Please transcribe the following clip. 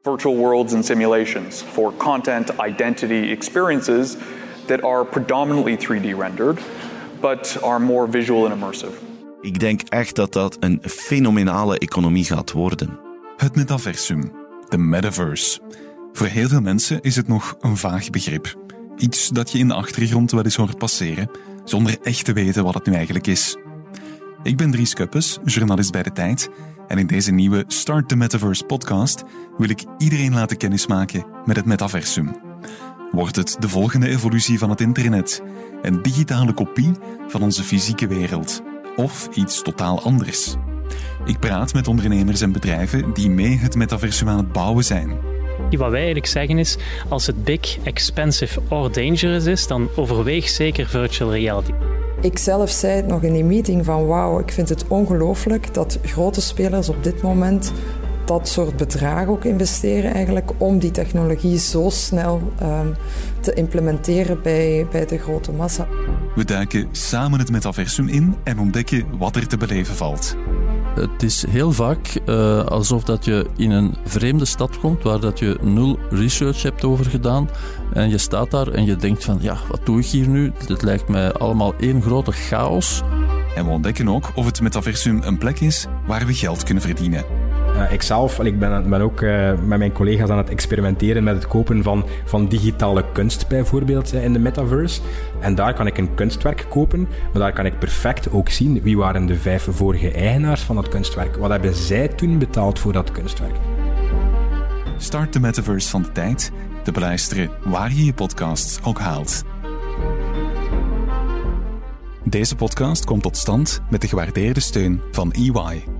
Virtual worlds and simulations for content identity experiences that are predominantly 3D rendered, but are more visual and immersive. Ik denk echt dat dat een fenomenale economie gaat worden. Het metaversum, de metaverse. Voor heel veel mensen is het nog een vaag begrip. Iets dat je in de achtergrond wel eens hoort passeren, zonder echt te weten wat het nu eigenlijk is. Ik ben Dries Kuppens, journalist bij De Tijd, en in deze nieuwe Start the Metaverse podcast wil ik iedereen laten kennismaken met het metaversum. Wordt het de volgende evolutie van het internet? Een digitale kopie van onze fysieke wereld? Of iets totaal anders? Ik praat met ondernemers en bedrijven die mee het metaversum aan het bouwen zijn. Wat wij eigenlijk zeggen is, als het big, expensive or dangerous is, dan overweeg zeker virtual reality. Ik zelf zei het nog in die meeting van wauw, ik vind het ongelooflijk dat grote spelers op dit moment dat soort bedragen ook investeren eigenlijk om die technologie zo snel te implementeren bij de grote massa. We duiken samen het metaversum in en ontdekken wat er te beleven valt. Het is heel vaak alsof dat je in een vreemde stad komt waar dat je 0 research hebt over gedaan en je staat daar en je denkt van ja, wat doe ik hier nu? Het lijkt mij allemaal één grote chaos. En we ontdekken ook of het metaversum een plek is waar we geld kunnen verdienen. Ik ben ook met mijn collega's aan het experimenteren met het kopen van digitale kunst bijvoorbeeld in de metaverse. En daar kan ik een kunstwerk kopen, maar daar kan ik perfect ook zien wie waren de 5 vorige eigenaars van dat kunstwerk. Wat hebben zij toen betaald voor dat kunstwerk? Start de metaverse van De Tijd, te beluisteren waar je je podcasts ook haalt. Deze podcast komt tot stand met de gewaardeerde steun van EY.